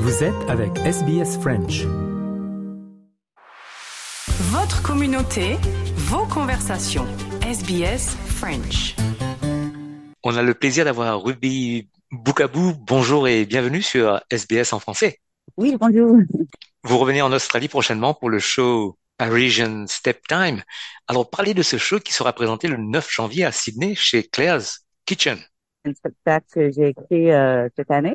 Vous êtes avec SBS French. Votre communauté, vos conversations. SBS French. On a le plaisir d'avoir Ruby Boukabou. Bonjour et bienvenue sur SBS en français. Oui, bonjour. Vous revenez en Australie prochainement pour le show Parisian Step Time. Alors, parlez de ce show qui sera présenté le 9 janvier à Sydney chez Claire's Kitchen. Un spectacle que j'ai écrit cette année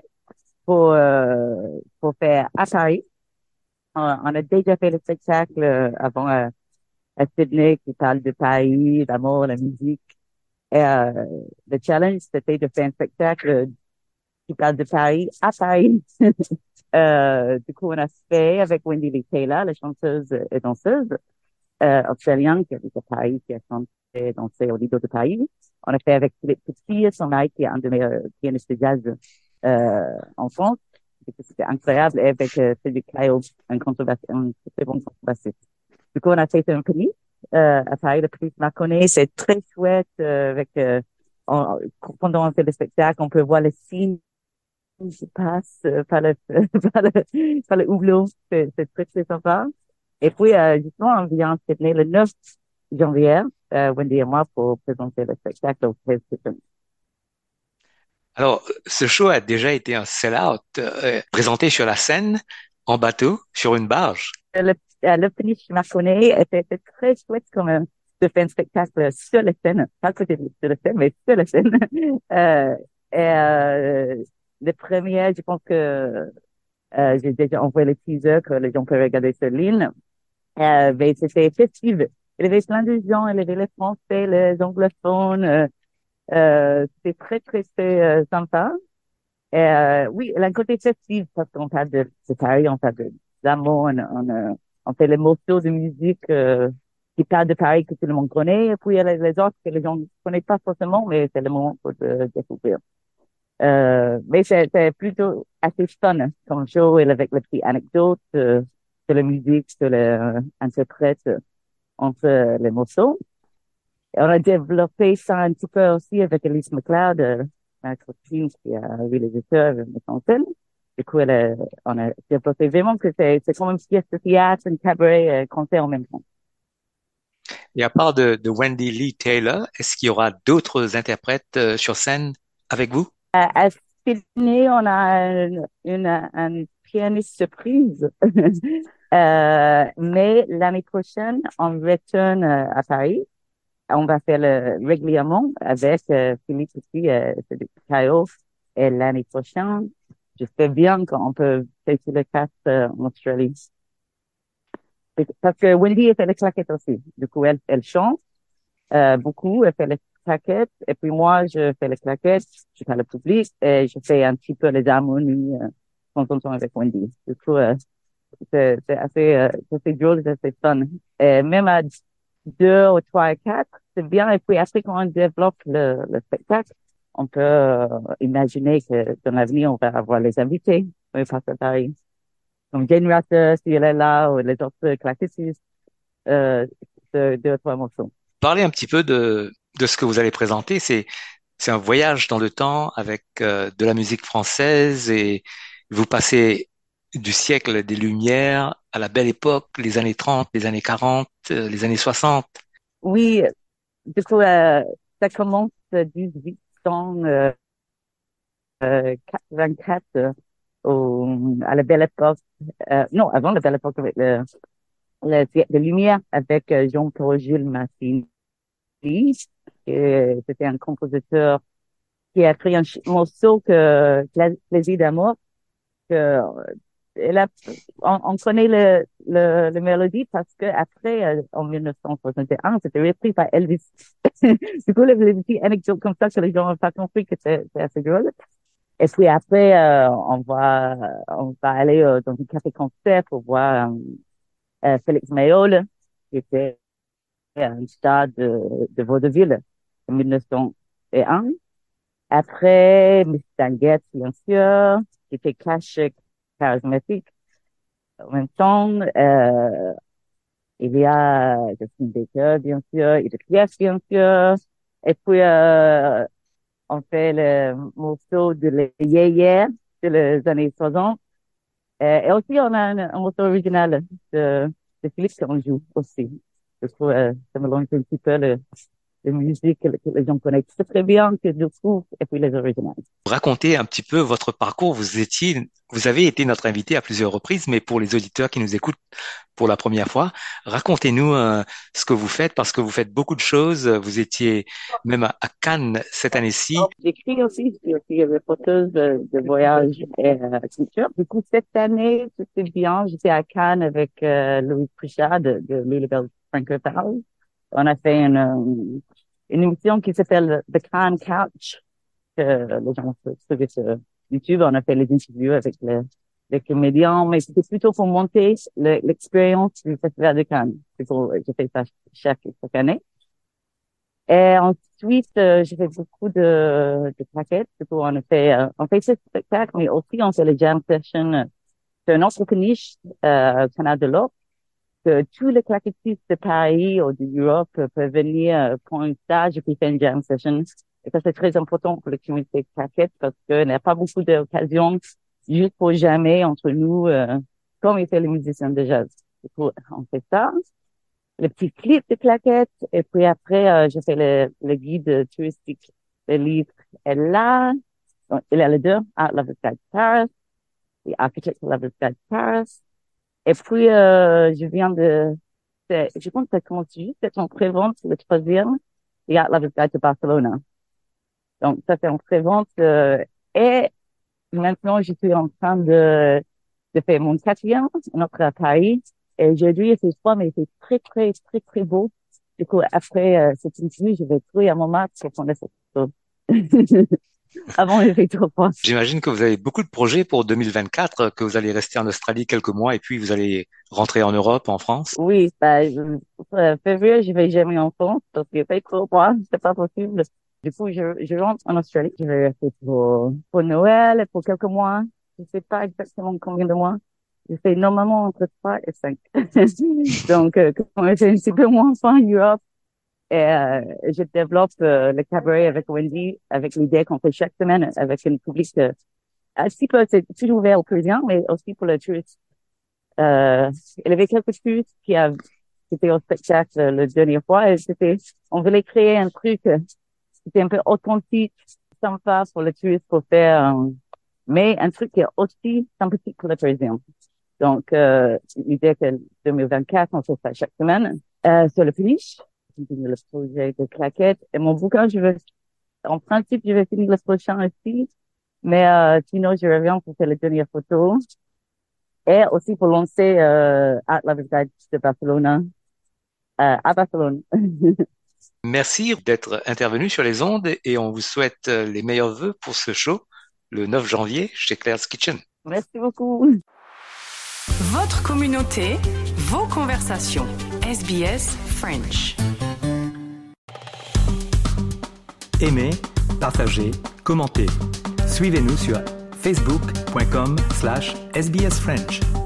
pour faire à Paris. On a déjà fait le spectacle avant à Sydney qui parle de Paris, d'amour, la musique. Et le challenge, c'était de faire un spectacle qui parle de Paris à Paris. Du coup, on a fait avec Wendy Lee Taylor, la chanteuse et danseuse australienne qui habite à Paris, qui a chanté et dansé au Lido de Paris. On a fait avec Philippe Petit, son mari qui est un de mes pianistes de jazz en France. C'était incroyable. Et avec Cédric Caillot, un très bon contrebassiste. Du coup, on a fait un clip à Paris, le clip Marconnet. C'est très chouette. Pendant on fait le spectacle, on peut voir les signes qui passent par le hublot. C'est très, très sympa. Et puis, justement, on vient à Sydney le 9 janvier, Wendy et moi, pour présenter le spectacle au Claire's Kitchen. Alors, ce show a déjà été un sell-out, présenté sur la scène, en bateau, sur une barge. Le finish Marconnet était très chouette quand même de faire un spectacle sur la scène, pas à côté de la scène, mais sur la scène. Le premier, je pense que j'ai déjà envoyé le teaser que les gens peuvent regarder sur ligne. Mais c'était festif. Il y avait plein de gens, il y avait les Français, les anglophones. C'était très, très, très sympa. Oui, il y a un côté festif parce qu'on parle de Paris, on parle d'amour, on fait les morceaux de musique qui parlent de Paris que tout le monde connaît. Et puis il y a les autres que les gens ne connaissent pas forcément, mais c'est le moment pour découvrir. Mais c'est plutôt assez fun comme show, et avec les petites anecdotes sur la musique, sur les interprètes entre les morceaux. Et on a développé ça un petit peu aussi avec Elise McLeod, ma copine qui a réalisateur de en scène. Du coup, on a développé vraiment que c'est comme une pièce de théâtre, un cabaret, concert en même temps. Et à part de Wendy Lee Taylor, est-ce qu'il y aura d'autres interprètes sur scène avec vous? À Sydney, on a une pianiste surprise. Mais l'année prochaine, on retourne à Paris. On va faire régulièrement avec Philippe aussi, Cédric Caillot. Et l'année prochaine, j'espère bien qu'on peut faire sur le cast en Australie. Parce que Wendy fait les claquettes aussi. Du coup, elle chante beaucoup, elle fait les claquettes. Et puis moi, je fais les claquettes, je fais le public et je fais un petit peu les harmonies quand on avec Wendy. Du coup, c'est assez drôle, c'est assez fun. Et même à 2 ou 3 et 4, c'est bien. Et puis après, quand on développe le spectacle, on peut imaginer que dans l'avenir, on va avoir les invités. On va passer à Paris. Comme Jane Rutter, si elle est là, ou les autres classicistes, de 2 ou 3 morceaux. Parlez un petit peu de ce que vous allez présenter. C'est un voyage dans le temps avec de la musique française et vous passez du siècle des Lumières à la belle époque, les années 30, les années 40, les années 60. Oui, du coup, ça commence 1884 à la belle époque. Non, avant la belle époque avec le siècle des Lumières avec Jean-Paul Jules Massigny. C'était un compositeur qui a créé un morceau Plaisir d'amour. Que, elle a, on connaît le mélodie parce que après, en 1961, c'était repris par Elvis. Du coup, les petites anecdotes comme ça que les gens n'ont pas compris que c'est assez drôle. Et puis après, on va aller dans un café-concert pour voir Félix Mayol, qui était un star de vaudeville en 1901. Après, Miss Tanguette, bien sûr, qui était cash charismatique. En même temps, il y a Justin Baker, bien sûr, Edith Piaf, bien sûr. Et puis, on fait le morceau de les Yeah Yeah de les années 60 Et aussi, on a un morceau original de Philippe qu'on joue aussi. Je trouve, ça mélange un petit peu la musique que les gens connaissent très bien, que je trouve, et puis les originales. Racontez un petit peu votre parcours. Vous avez été notre invité à plusieurs reprises, mais pour les auditeurs qui nous écoutent pour la première fois, racontez-nous ce que vous faites parce que vous faites beaucoup de choses. Vous étiez même à Cannes cette année-ci. J'écris aussi, je suis aussi reporteuse de voyage et culture. Du coup, cette année, c'était bien. J'étais à Cannes avec Louis Prichard de Lulabelle Francophone. On a fait une émission qui s'appelle The Cannes Couch, que les gens peuvent trouver sur YouTube. On a fait les interviews avec les comédiens, mais c'était plutôt pour monter l'expérience du Festival de Cannes. Je fais ça chaque année. Et ensuite, j'ai fait beaucoup de claquettes. Du coup, on fait ce spectacle, mais aussi on fait les jam sessions. C'est un autre niche, Canal de l'Europe, que tous les claquettistes de Paris ou d'Europe peuvent venir pour un stage et puis faire une jam session. Et ça, c'est très important pour la communauté claquette parce qu'il n'y a pas beaucoup d'occasions juste pour jamais entre nous, comme ils font les musiciens de jazz. Du coup, on fait ça. Le petit clip de claquettes. Et puis après, j'ai fait le guide touristique. Le livre est là. Donc, il y a les deux. Art Lovers Guide to Paris. The Architect Lovers Guide to Paris. Et puis, je pense que ça commence juste d'être en pré-vente, le troisième. The Art Lovers Guide to Barcelona. Donc, ça c'est en pré-vente. Et maintenant, je suis en train de faire mon quatrième, un autre à Paris. Et aujourd'hui, il fait froid, mais il fait très, très, très, très beau. Du coup, après cette interview, je vais trouver un moment pour prendre cette photo. Avant, il fait trop froid. J'imagine que vous avez beaucoup de projets pour 2024, que vous allez rester en Australie quelques mois et puis vous allez rentrer en Europe, en France. Oui, février, je vais jamais en France parce qu'il fait trop froid. C'est pas possible. Du coup, je rentre en Australie. Je vais rester pour Noël et pour quelques mois. Je sais pas exactement combien de mois. Je fais normalement entre 3 et 5. Donc, quand c'est un petit peu moins fin en Europe, et je développe le cabaret avec Wendy, avec l'idée qu'on fait chaque semaine avec un public assez peu, c'est plus ouvert aux Parisiens, mais aussi pour les touristes. Il y avait quelques touristes qui étaient au spectacle la dernière fois et on voulait créer un truc c'était un peu authentique, sympa pour les touristes pour faire, mais un truc qui est aussi sympathique pour les Parisiens. Donc, l'idée que 2024, on fait ça chaque semaine. Sur le finish, je continue le projet de claquettes. Et mon bouquin, en principe, je vais finir le prochain aussi. Mais sinon, je reviens pour faire les dernières photos. Et aussi pour lancer Art Lovers Guide de Barcelona, à Barcelone. Merci d'être intervenu sur les ondes et on vous souhaite les meilleurs vœux pour ce show le 9 janvier chez Claire's Kitchen. Merci beaucoup. Votre communauté, vos conversations. SBS French. Aimez, partagez, commentez. Suivez-nous sur facebook.com/sbsfrench.